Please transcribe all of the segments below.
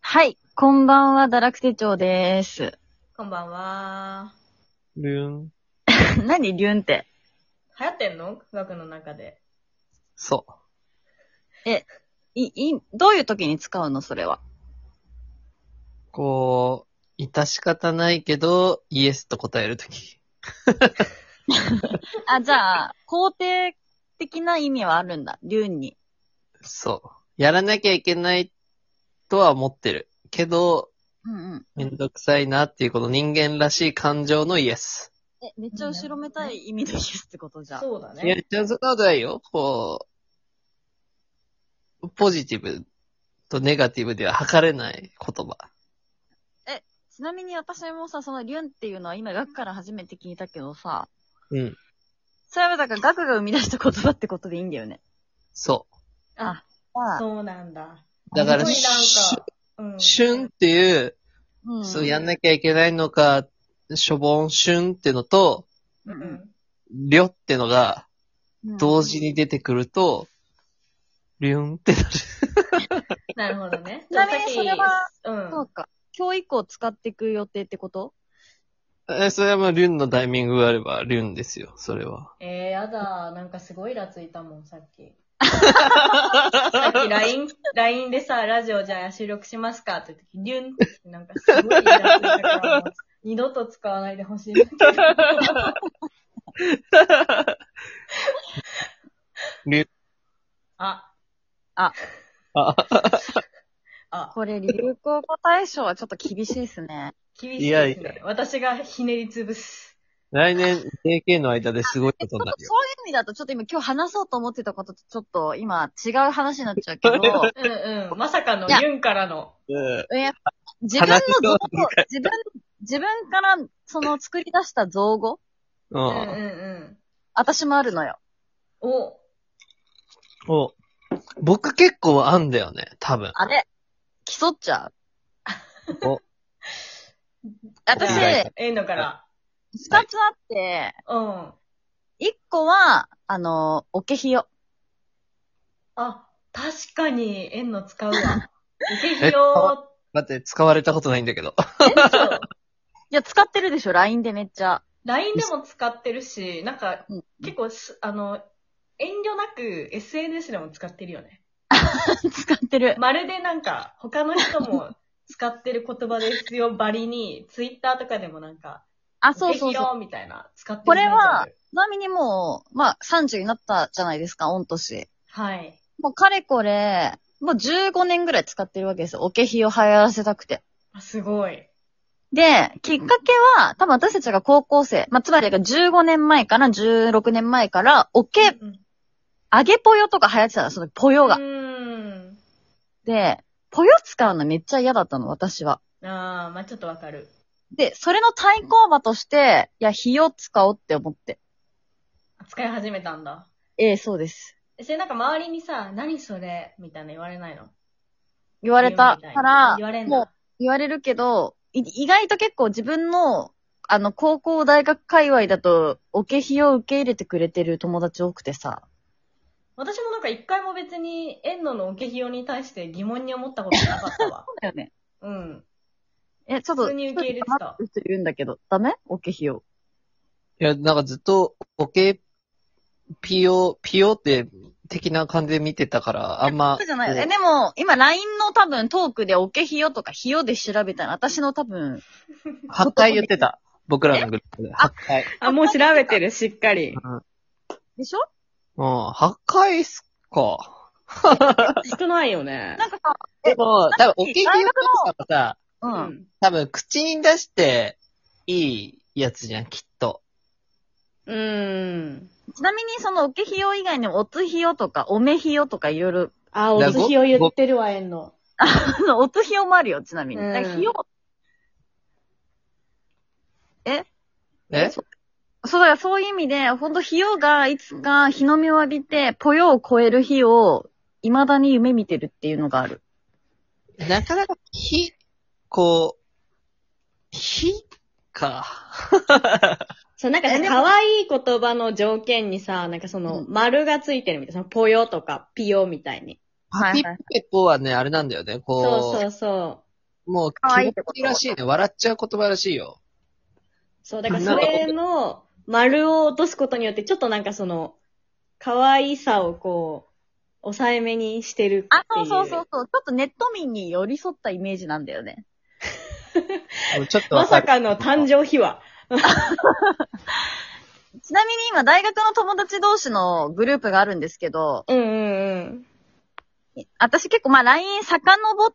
はい、こんばんは、堕落手帳でーす。 こんばんは。 ルーン。 何、リュンって。 流行ってんの学の中で。 そどういう時に使うの、それは。 う。こう、致し方ないけど、イエスと答えるとき。 あ、じゃあ、肯定的な意味はあるんだ、リュンに。 そう。やらなきゃいけないとは思ってる。けど、 うんうん。 めんどくさいなっていうこの人間らしい感情のイエス。 めっちゃ後ろめたい意味のイエスってことじゃん。 そうだいや、 ね。 じゃあそんなことないよ。こう、ポジティブとネガティブでは測れない言葉。 ちなみに私もさ、そのリュンっていうのは今学から初めて聞いたけどさ、 うん。 それはだから学が生み出した言葉ってことでいいんだよね。 そあ、 あそうなんだ。 う。だから、 すごいなんか、 旬っていう、 うん。 そうやんなきゃいけないのか、しょぼん旬ってのと、 うんうんりょってのが、 うん。 同時に出てくると、リュンってなる。 なるほどね。 ちなみにそれは、 うん。 そうか。今日以降使っていく予定ってこと？ それはまあ、リュンのタイミングがあれば、リュンですよ、それは。 やだ。なんかすごいイラついたもん、さっき。さっき LINE でさ、ラジオじゃあ収録しますかって言って、リュンってなんかすごいイラついたから、もう二度と使わないでほしいんだけど。 リュン。 あ、 あ、 あ、 あ、 これ流行語大賞はちょっと厳しいですね。 厳しいですね。 いや私がひねりつぶす。 来年、JK の間ですごいことになるよ。 そういう意味だとちょっと今日話そうと思ってたこととちょっと今違う話になっちゃうけど、 うんうん。まさかのユンからの。 自分の造語話の、 自分からその作り出した造語、 う。 うんうんん私もあるのよ。 うん。 お、僕結構あんだよね、多分。 あれ競っちゃう。 お、 私、 じゃあ意外のから。 二つあって、 うん。 一個は、おけひよ。 あ、確かに、円の使うわ。受け費え用、 待って、使われたことないんだけど。 そう。 いや、使ってるでしょ ?LINE でめっちゃ。 LINE でも使ってるし、なんか、 うん、 結構遠慮なく SNS でも使ってるよね。 使ってる。 まるでなんか、他の人も使ってる言葉ですよ、ばりに、Twitter とかでもなんか、 あ、そうそうそう。 受け費用みたいな、使ってこるイメージあれは、 る。 ちなみにもう、まあ、30になったじゃないですか、御年。 はい。 もうかれこれ、もう15年ぐらい使ってるわけですよ。おけひを流行らせたくて。 あ、すごい。 で、きっかけは、多分私たちが高校生、まあ、つまり15年前から16年前から、 うん揚げぽよとか流行ってたの、そのぽよが。 ん。 で、ぽよ使うのめっちゃ嫌だったの、私は。 まあちょっとわかる。 で、それの対抗馬として、いや、ひよ使おうって思って。 使い始めたんだ。 そうです。 それなんか周りにさ、何それみたいな言われないの？ 言われたから言われんもうだ。 言われるけど、意外と結構自分の、高校大学界隈だと、おけひを受け入れてくれてる友達多くてさ。 私もなんか一回も別に、遠野の受け費用に対して疑問に思ったことなかったわ。 そうだよね。 うん。 ちょっと、 普通に受け入れてた。 人いるんだけど、ダメおけひを。 いや、なんかずっと、オケピヨって的な感じで見てたから、あんま。 そうじゃないよ。 こうでも、今 LINE の多分トークでおけひよとかひよで調べたら、私の多分、 8回言ってた。僕らのグループで。8回。 あ、もう調べてる、しっかり。 でしょ 8回っすか。 少ないよね。 なんかさ、 でも、多分、オケピヨ大学さんはさ、 うん。 多分、口に出していいやつじゃん、きっと。 うん。 ちなみにそのおけひよ以外にもおつひよとかおめひよとかいろいろ、 あ、おつひを言ってるわ、遠野。 おつひよもあるよ、ちなみに。 うんだからひよ、 えそうだよ、そういう意味で、ほんとひよがいつか日の目を浴びて、ぽよを超える日を、未だに夢見てるっていうのがある。 なかなか、こう、か。 そう、なんかさ、可愛い言葉の条件にさ、なんかその、丸がついてるみたいな、その、ぽよとか、ぴよみたいに。 ハピポテポはね、あれなんだよね、こう。 そうそうそもう、 可愛いってこと気持ちらしいね。笑っちゃう言葉らしいよ。 そう、だからそれの丸を落とすことによって、ちょっとなんかその、可愛さをこう、抑えめにしてるっていう。 あ、そう。ちょっとネット民に寄り添ったイメージなんだよね。 ちょっとまわかる。 さかの誕生秘話。 ちなみに今、大学の友達同士のグループがあるんですけど、 うん。 私結構LINE 遡って、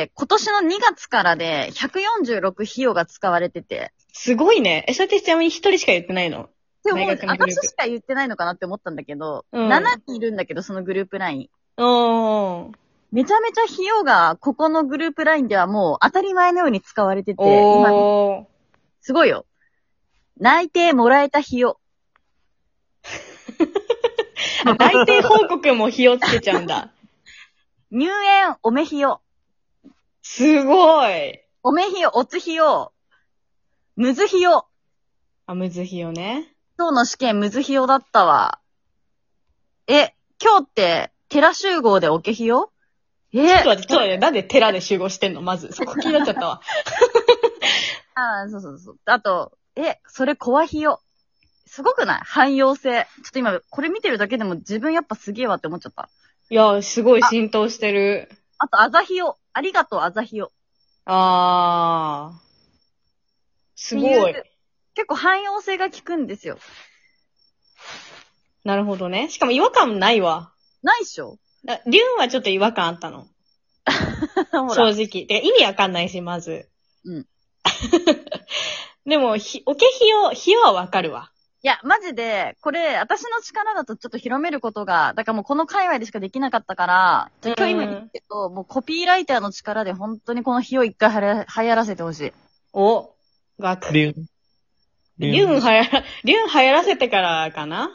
今年の2月からで146費用が使われてて。 すごいね。それってちなみに一人しか言ってないの？ でも、 大学のグループ私しか言ってないのかなって思ったんだけど、 うん 7人いるんだけど、そのグループ LINE。 おー。 めちゃめちゃ費用が、ここのグループ LINE ではもう当たり前のように使われてて、今、 おー。 すごいよ。内定もらえた費用。 あ、内定報告も火をつけちゃうんだ。 入園おめ費用。 すごい。 おめ費用、おつ費用。むず費用。 あ、むず費用ね。 今日の試験むず費用だったわ。今日って、寺集合でおけ費用？ ちょっと待って、なんで寺で集合してんのまず。そこ気になっちゃったわ。 そう。あと、それコア費用。すごくない？汎用性。ちょっと今、これ見てるだけでも自分やっぱすげえわって思っちゃった。 いや、すごい浸透してる。 あと、あざ費用。ありがとう、あざ費用。 すごい。 結構汎用性が効くんですよ。 なるほどね。しかも違和感ないわ。 ないっしょ？ リュンはちょっと違和感あったの。 ほら。 正直。てか意味わかんないし、まず。 うん。 でも、おけ費用はわかるわ。 いや、マジで、これ、私の力だとちょっと広めることが、だからもうこの界隈でしかできなかったから、今日今言うけど、もうコピーライターの力で本当にこの日を一回流行らせてほしい。 お、学。 リュンリュン流行らせてからかな？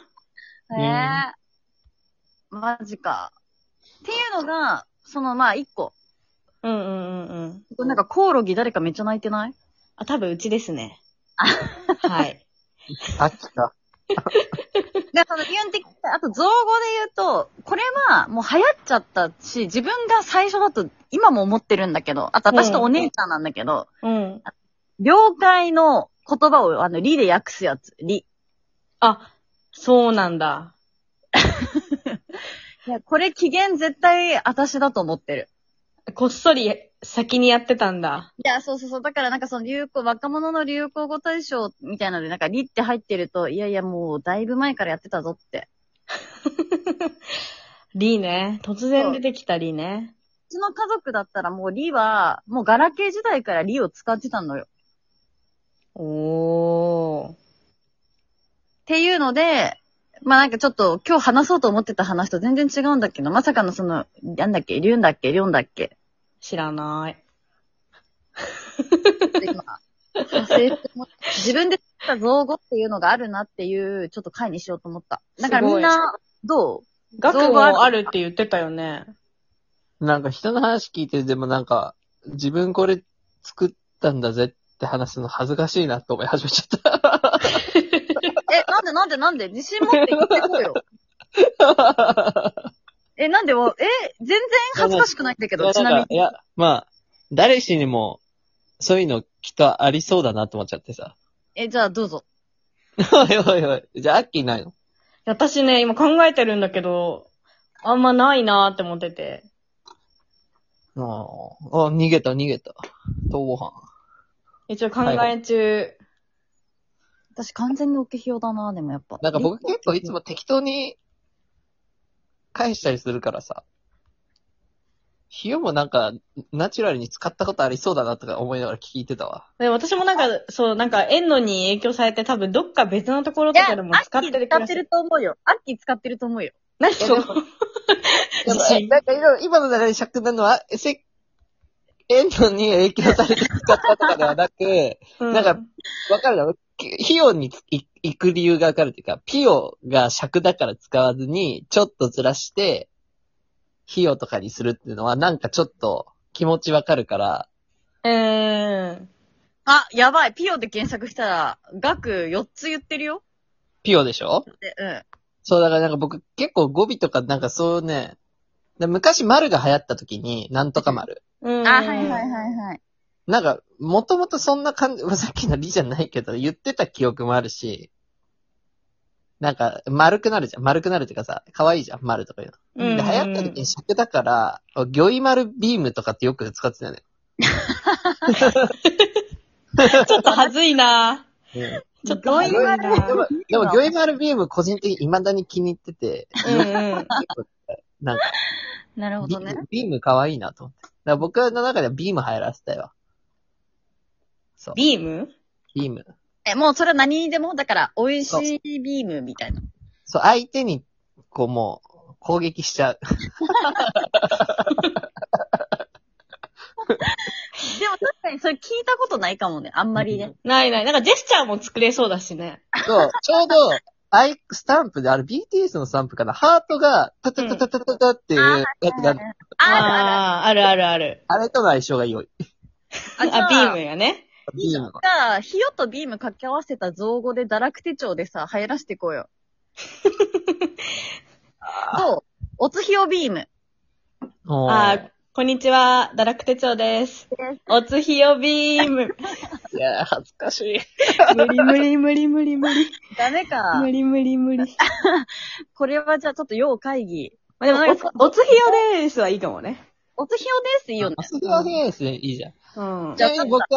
マジか。っていうのが、一個。 うん。 なんかコオロギ誰かめっちゃ泣いてない？ あ、多分うちですね。はい。 あっきた。 で、理由的、あと造語で言うと、これはもう流行っちゃったし、自分が最初だと今も思ってるんだけど、あと私とお姉ちゃんなんだけど、了解の言葉を理で訳すやつ、理。 あ、そうなんだ。 いや、これ期限絶対私だと思ってる。 こっそり先にやってたんだ。 いや、そう。だから若者の流行語大賞みたいなので、なんか理って入ってると、いや、もうだいぶ前からやってたぞって。 リね。突然出てきたリね。 うちの家族だったらもう理は、もうガラケー時代から理を使ってたのよ。っていうので、なんかちょっと今日話そうと思ってた話と全然違うんだけど、まさかのなんだっけ、リュンだっけ、リョンだっけ。 知らない。 自分で作った造語っていうのがあるなっていう、ちょっと回にしようと思った。だからみんな、どう？ 学もあるって言ってたよね。 なんか人の話聞いて、でもなんか、自分これ作ったんだぜって話すの恥ずかしいなって思い始めちゃった。 なんで自信持って言ってこうよ。なんでも、全然恥ずかしくないんだけど、ちなみに。 いや、誰しにも、そういうのきっとありそうだなと思っちゃってさ。 じゃあどうぞ。 おい。じゃあ、アッキーないの？ 私ね、今考えてるんだけど、あんまないなーって思ってて。 逃げた。逃亡犯。 一応考え中。 私完全におけひよだな、でもやっぱ。 なんか僕結構いつも適当に返したりするからさ。費用もなんか、ナチュラルに使ったことありそうだなとか思いながら聞いてたわ。 で私もなんか、縁のに影響されて多分どっか別のところとかでも使ってる気がする。 アッキー使ってると思うよ。 何そのなんか今の中で尺なのは、縁のに影響されて使ったとかではなく、なんか、わかるだろ？費用に行く理由がわかるっていうか、ピオが尺だから使わずに、ちょっとずらして、費用とかにするっていうのは、なんかちょっと気持ちわかるから。 あ、やばい。ピオで検索したら、額4つ言ってるよ。 ピオでしょ？ うん。 そう、だからなんか僕結構語尾とかなんかそうね、昔丸が流行った時に、なんとか丸。 はいはいはいはい。 なんか、もともとそんな感じ、さっきのリじゃないけど、言ってた記憶もあるし、なんか、丸くなるじゃん。丸くなるっていうかさ、可愛いじゃん。丸とかいうの。で、流行った時に尺だから、魚意丸ビームとかってよく使ってたよね。 ちょっと恥ずいなうん、 ちょっと恥ずいなでも、魚意丸ビーム個人的に未だに気に入ってて。なんか、 なるほどね。 ビーム可愛いなと思って。だから僕の中ではビーム流行らせたよ。そう。 ビーム？ ビーム。 もうそれは何にでもだから、美味しいビームみたいな。 そう、相手に、こうもう、攻撃しちゃう。 でも確かにそれ聞いたことないかもね。あんまりね。 ないない。なんかジェスチャーも作れそうだしね。 そう、ちょうど、スタンプで、BTS のスタンプかな、ハートが、タタタタタタタっていうやつが、 ある。 あれとの相性が良い。 ビームやね。 ビームは。 じゃあ、ヒヨとビーム掛け合わせた造語で堕落手帳でさ、流行らしていこうよ。どう？おつひよビーム。 こんにちは、堕落手帳です。おつひよビーム。 いやー、恥ずかしい。 無理。 ダメか。 無理。 これはじゃあちょっと要会議。 でもおつひよですはいいかもね。 おつひよですいいよね。 おつひよですいいじゃん。 うん。 ちなみに僕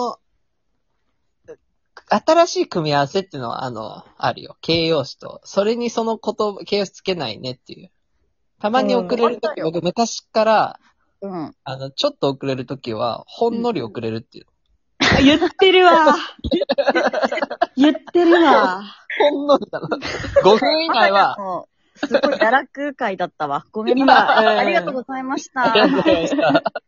新しい組み合わせっていうのは、あるよ。形容詞と。それにその形容詞つけないねっていう。たまに遅れるとき、僕昔から、ちょっと遅れるときは、ほんのり遅れるっていう。 言ってるわ。 ほんのりだな。5分以内は。 すごい堕落会だったわ。ごめんなさい。ありがとうございました。 ありがとうございました。